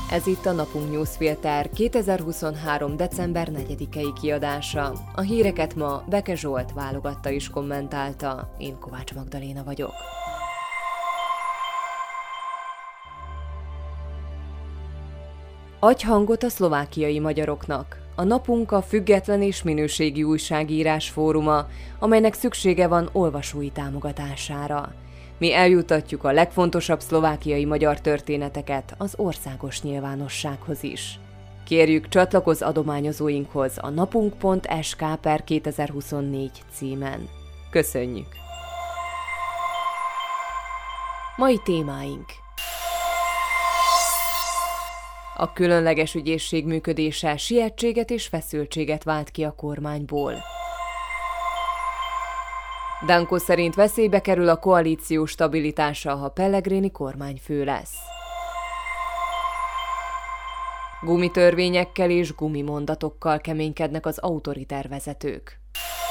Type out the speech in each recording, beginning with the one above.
Ez itt a Napunk Newsfilter 2023. december 4-i kiadása. A híreket ma Beke Zsolt válogatta és kommentálta. Én Kovács Magdaléna vagyok. Adj hangot a szlovákiai magyaroknak. A Napunk a független és minőségi újságírás fóruma, amelynek szüksége van olvasói támogatására. Mi eljuttatjuk a legfontosabb szlovákiai magyar történeteket az országos nyilvánossághoz is. Kérjük, csatlakozz adományozóinkhoz a napunk.sk/2024 címen. Köszönjük! Mai témáink: a különleges ügyészség működése sietséget és feszültséget vált ki a kormányból. Danko szerint veszélybe kerül a koalíció stabilitása, ha Pellegrini kormányfő lesz. Gumitörvényekkel és gumimondatokkal keménykednek az autoriter vezetők.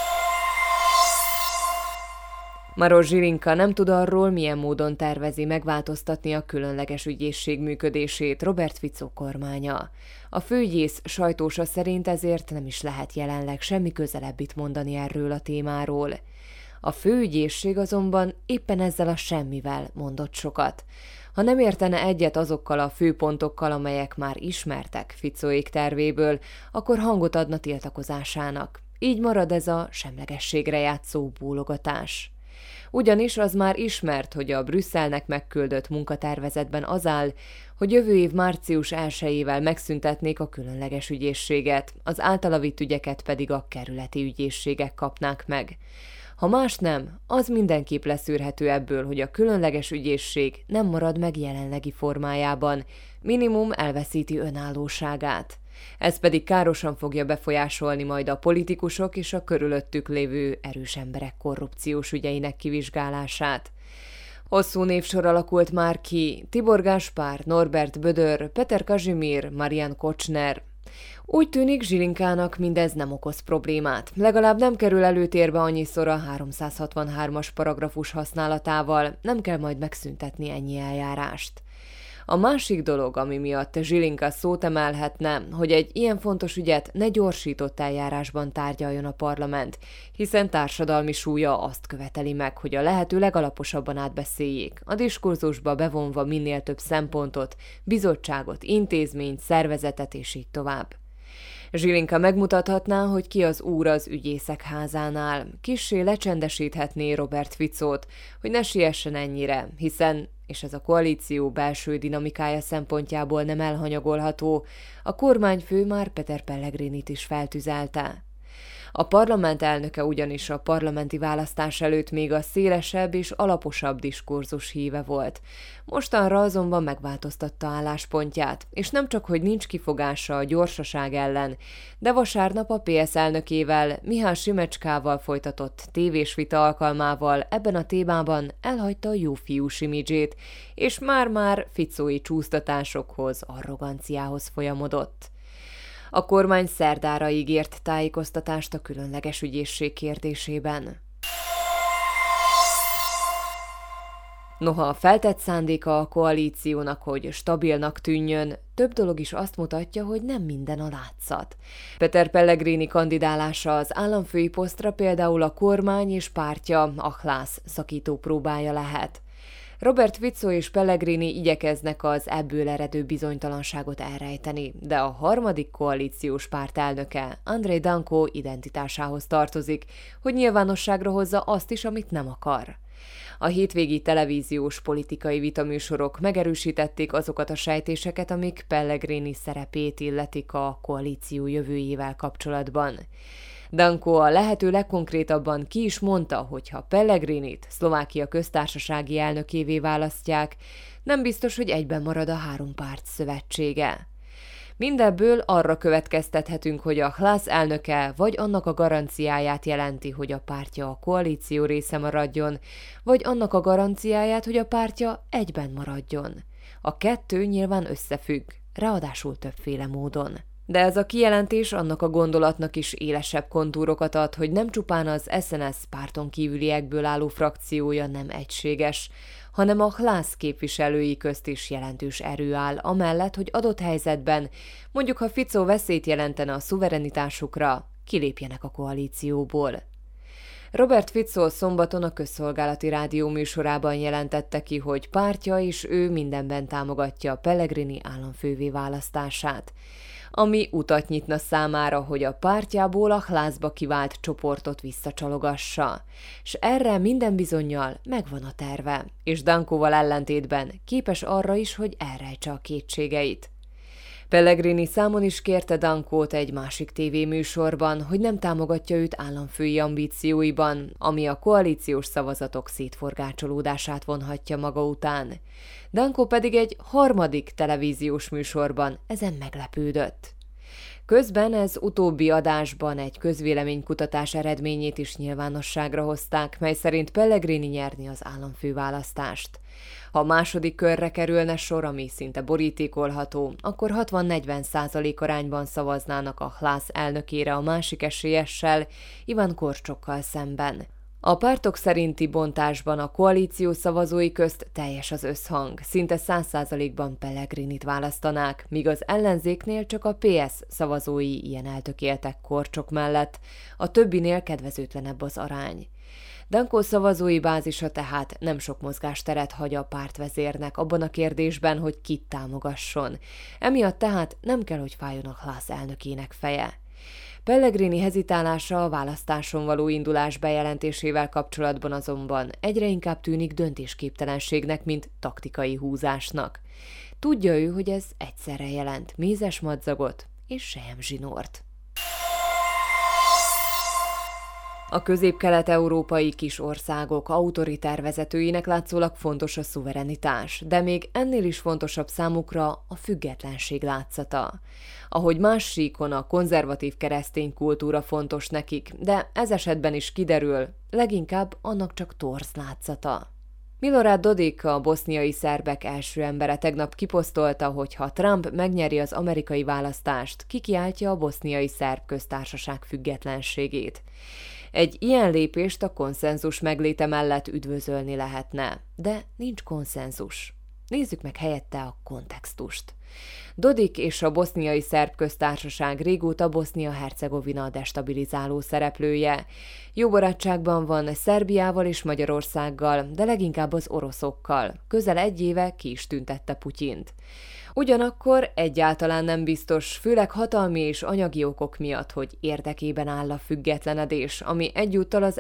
Maroš Žilinka nem tud arról, milyen módon tervezi megváltoztatni a különleges ügyészség működését Robert Fico kormánya. A főügyész sajtósa szerint ezért nem is lehet jelenleg semmi közelebbit mondani erről a témáról. A főügyészség azonban éppen ezzel a semmivel mondott sokat. Ha nem értene egyet azokkal a főpontokkal, amelyek már ismertek Ficoék tervéből, akkor hangot adna tiltakozásának. Így marad ez a semlegességre játszó bólogatás. Ugyanis az már ismert, hogy a Brüsszelnek megküldött munkatervezetben az áll, hogy jövő év március 1-ével megszüntetnék a különleges ügyészséget, az általa vitt ügyeket pedig a kerületi ügyészségek kapnák meg. Ha más nem, az mindenképp leszűrhető ebből, hogy a különleges ügyészség nem marad meg jelenlegi formájában, minimum elveszíti önállóságát. Ez pedig károsan fogja befolyásolni majd a politikusok és a körülöttük lévő erős emberek korrupciós ügyeinek kivizsgálását. Hosszú névsor alakult már ki: Tibor Gaspar, Norbert Bödör, Peter Kazimír, Marian Kočner. Úgy tűnik, Žilinkának mindez nem okoz problémát. Legalább nem kerül előtérbe annyiszor a 363-as paragrafus használatával, nem kell majd megszüntetni ennyi eljárást. A másik dolog, ami miatt Žilinka szót emelhetne, hogy egy ilyen fontos ügyet ne gyorsított eljárásban tárgyaljon a parlament, hiszen társadalmi súlya azt követeli meg, hogy a lehető legalaposabban átbeszéljék, a diskurzusba bevonva minél több szempontot, bizottságot, intézményt, szervezetet és így tovább. Žilinka megmutathatná, hogy ki az úr az ügyészek házánál, kissé lecsendesíthetné Robert Ficót, hogy ne siessen ennyire, hiszen, és ez a koalíció belső dinamikája szempontjából nem elhanyagolható, a kormányfő már Peter Pellegrinit is feltüzelte. A parlament elnöke ugyanis a parlamenti választás előtt még a szélesebb és alaposabb diskurzus híve volt. Mostanra azonban megváltoztatta álláspontját, és nem csak, hogy nincs kifogása a gyorsaság ellen, de vasárnap a PS elnökével, Mihály Simecskával folytatott tévés vita alkalmával ebben a témában elhagyta a jófiús imidzsét, és már-már ficói csúsztatásokhoz, arroganciához folyamodott. A kormány szerdára ígért tájékoztatást a különleges ügyészség kérdésében. Noha a feltett szándéka a koalíciónak, hogy stabilnak tűnjön, több dolog is azt mutatja, hogy nem minden a látszat. Peter Pellegrini kandidálása az államfői posztra például a kormány és pártja Ahlász szakító próbája lehet. Robert Fico és Pellegrini igyekeznek az ebből eredő bizonytalanságot elrejteni, de a harmadik koalíciós párt elnöke, Andrei Danko identitásához tartozik, hogy nyilvánosságra hozza azt is, amit nem akar. A hétvégi televíziós politikai vitaműsorok megerősítették azokat a sejtéseket, amik Pellegrini szerepét illetik a koalíció jövőjével kapcsolatban. Danko a lehető legkonkrétabban ki is mondta, hogy ha Pellegrinit Szlovákia köztársasági elnökévé választják, nem biztos, hogy egyben marad a három párt szövetsége. Mindebből arra következtethetünk, hogy a Hlas elnöke vagy annak a garanciáját jelenti, hogy a pártja a koalíció része maradjon, vagy annak a garanciáját, hogy a pártja egyben maradjon. A kettő nyilván összefügg, ráadásul többféle módon. De ez a kijelentés annak a gondolatnak is élesebb kontúrokat ad, hogy nem csupán az SNS párton kívüliekből álló frakciója nem egységes, hanem a Hlász képviselői közt is jelentős erő áll, amellett, hogy adott helyzetben, mondjuk ha Fico veszélyt jelentene a szuverenitásukra, kilépjenek a koalícióból. Robert Fico szombaton a Közszolgálati Rádió műsorában jelentette ki, hogy pártja és ő mindenben támogatja Pellegrini államfővé választását, ami utat nyitna számára, hogy a pártjából a Hlászba kivált csoportot visszacsaloggassa. És erre minden bizonnyal megvan a terve, és Dankóval ellentétben képes arra is, hogy elrejtse a kétségeit. Pellegrini számon is kérte Dankót egy másik tévéműsorban, hogy nem támogatja őt államfői ambícióiban, ami a koalíciós szavazatok szétforgácsolódását vonhatja maga után. Dankó pedig egy harmadik televíziós műsorban ezen meglepődött. Közben ez utóbbi adásban egy közvéleménykutatás eredményét is nyilvánosságra hozták, mely szerint Pellegrini nyerni az államfőválasztást. Ha a második körre kerülne sor, ami szinte borítékolható, akkor 60-40% arányban szavaznának a Hlász elnökére a másik esélyessel, Iván Korcsokkal szemben. A pártok szerinti bontásban a koalíció szavazói közt teljes az összhang, szinte 100%-ban Pellegrinit választanák, míg az ellenzéknél csak a PS szavazói ilyen eltökéltek Korcsok mellett, a többinél kedvezőtlenebb az arány. Dankó szavazói bázisa tehát nem sok mozgásteret hagy a pártvezérnek abban a kérdésben, hogy kit támogasson. Emiatt tehát nem kell, hogy fájjon a Hlász elnökének feje. Pellegrini hezitálása a választáson való indulás bejelentésével kapcsolatban azonban egyre inkább tűnik döntésképtelenségnek, mint taktikai húzásnak. Tudja ő, hogy ez egyszerre jelent mézes madzagot és selyemzsinort. A közép-kelet-európai kis országok autoriter vezetőinek látszólag fontos a szuverenitás, de még ennél is fontosabb számukra a függetlenség látszata. Ahogy más síkon a konzervatív keresztény kultúra fontos nekik, de ez esetben is kiderül, leginkább annak csak torz látszata. Milorad Dodik, a boszniai szerbek első embere tegnap kiposztolta, hogy ha Trump megnyeri az amerikai választást, kikiáltja a boszniai szerb köztársaság függetlenségét. Egy ilyen lépést a konszenzus megléte mellett üdvözölni lehetne, de nincs konszenzus. Nézzük meg helyette a kontextust. Dodik és a boszniai szerb köztársaság régóta Bosznia-Hercegovina destabilizáló szereplője. Jó barátságban van Szerbiával és Magyarországgal, de leginkább az oroszokkal. Közel egy éve ki is tüntette Putyint. Ugyanakkor egyáltalán nem biztos, főleg hatalmi és anyagi okok miatt, hogy érdekében áll a függetlenedés, ami egyúttal az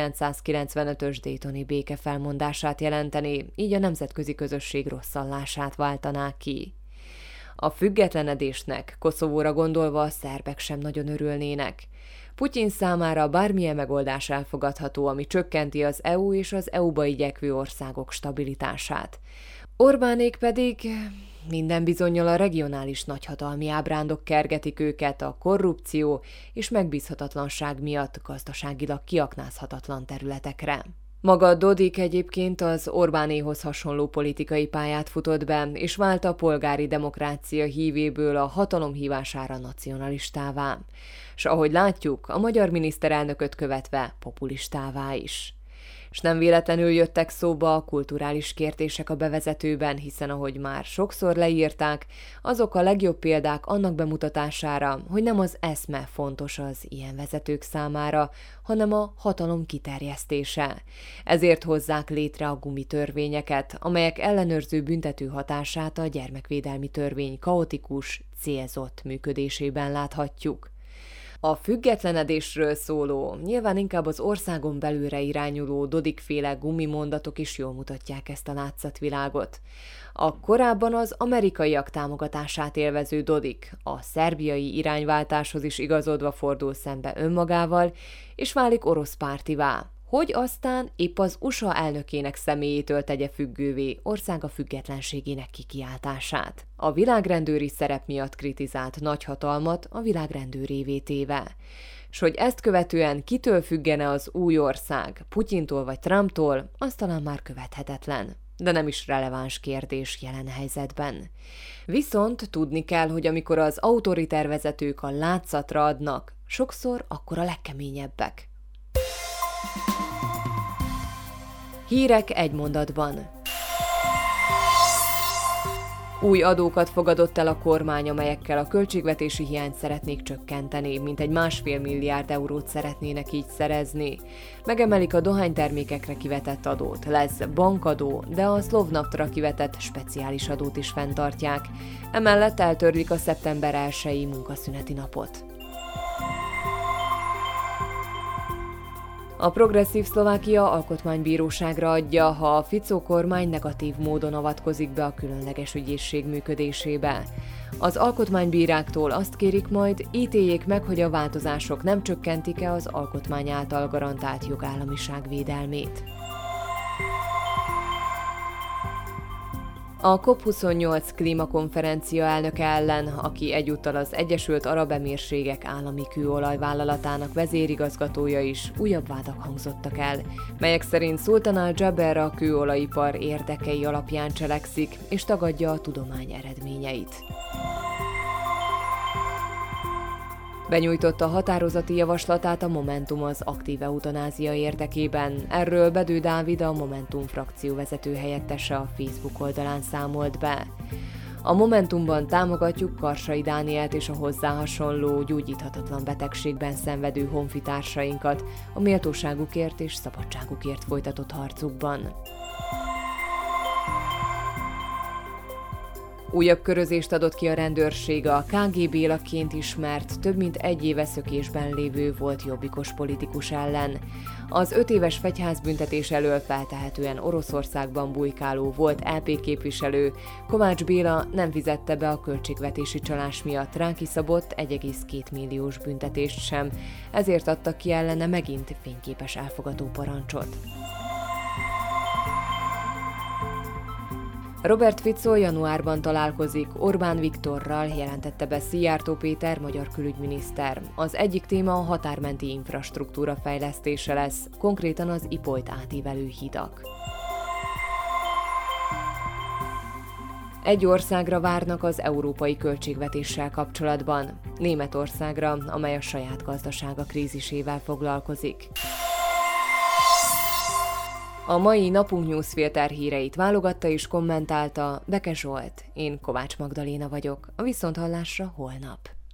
1995-ös Daytoni béke felmondását jelenteni, így a nemzetközi közösség rosszallását váltaná ki. A függetlenedésnek Koszovóra gondolva a szerbek sem nagyon örülnének. Putyin számára bármilyen megoldás elfogadható, ami csökkenti az EU és az EU-ba igyekvő országok stabilitását. Orbánék pedig minden bizonnyal a regionális nagyhatalmi ábrándok kergetik őket a korrupció és megbízhatatlanság miatt gazdaságilag kiaknázhatatlan területekre. Maga Dodik egyébként az Orbánéhoz hasonló politikai pályát futott be, és vált a polgári demokrácia hívéből a hatalom hívására nacionalistává. S ahogy látjuk, a magyar miniszterelnököt követve populistává is. És nem véletlenül jöttek szóba a kulturális kérdések a bevezetőben, hiszen ahogy már sokszor leírták, azok a legjobb példák annak bemutatására, hogy nem az eszme fontos az ilyen vezetők számára, hanem a hatalom kiterjesztése. Ezért hozzák létre a gumitörvényeket, amelyek ellenőrző büntető hatását a gyermekvédelmi törvény kaotikus, célzott működésében láthatjuk. A függetlenedésről szóló, nyilván inkább az országon belülre irányuló Dodik-féle gumimondatok is jól mutatják ezt a látszatvilágot. A korábban az amerikaiak támogatását élvező Dodik a szerbiai irányváltáshoz is igazodva fordul szembe önmagával, és válik orosz pártivá, hogy aztán épp az USA elnökének személyétől tegye függővé országa függetlenségének kikiáltását. A világrendőri szerep miatt kritizált nagyhatalmat a világrendőrévé téve. S hogy ezt követően kitől függene az új ország, Putyintól vagy Trumptól, az talán már követhetetlen. de nem is releváns kérdés jelen helyzetben. Viszont tudni kell, hogy amikor az autoriter vezetők a látszatra adnak, sokszor akkor a legkeményebbek. Hírek egy mondatban. Új adókat fogadott el a kormány, amelyekkel a költségvetési hiányt szeretnék csökkenteni, mintegy 1,5 milliárd eurót szeretnének így szerezni. Megemelik a dohánytermékekre kivetett adót, lesz bankadó, de a Slovnaftra kivetett speciális adót is fenntartják. Emellett eltörlik a szeptember 1-i munkaszüneti napot. A progresszív Szlovákia alkotmánybíróságra adja, ha a Fico kormány negatív módon avatkozik be a különleges ügyészség működésébe. Az alkotmánybíráktól azt kérik majd, ítéljék meg, hogy a változások nem csökkentik-e az alkotmány által garantált jogállamiság védelmét. A COP28 klímakonferencia elnöke ellen, aki egyúttal az Egyesült Arab Emírségek állami kőolajvállalatának vezérigazgatója is, újabb vádak hangzottak el, melyek szerint Sultan Al-Jaber a kőolajipar érdekei alapján cselekszik, és tagadja a tudomány eredményeit. Benyújtotta határozati javaslatát a Momentum az aktív eutanázia érdekében. Erről Bedő Dávid, a Momentum frakció vezető helyettese a Facebook oldalán számolt be. A Momentumban támogatjuk Karsai Dánielt és a hozzá hasonló gyógyíthatatlan betegségben szenvedő honfitársainkat a méltóságukért és szabadságukért folytatott harcukban. Újabb körözést adott ki a rendőrség a KG Bélaként ismert, több mint 1 éve szökésben lévő volt jobbikos politikus ellen. Az 5 éves fegyházbüntetés elől feltehetően Oroszországban bujkáló volt LP képviselő Kovács Béla nem fizette be a költségvetési csalás miatt rákiszabott 1,2 milliós büntetést sem, ezért adtak ki ellene megint fényképes elfogató parancsot. Robert Fico januárban találkozik Orbán Viktorral, jelentette be Szijjártó Péter magyar külügyminiszter. Az egyik téma a határmenti infrastruktúra fejlesztése lesz, konkrétan az Ipolyt átívelő hidak. Egy országra várnak az európai költségvetéssel kapcsolatban, Németországra, amely a saját gazdasága krízisével foglalkozik. A mai Napunk Newsfilter híreit válogatta és kommentálta Beke Zsolt. Én Kovács Magdaléna vagyok. A viszonthallásra holnap.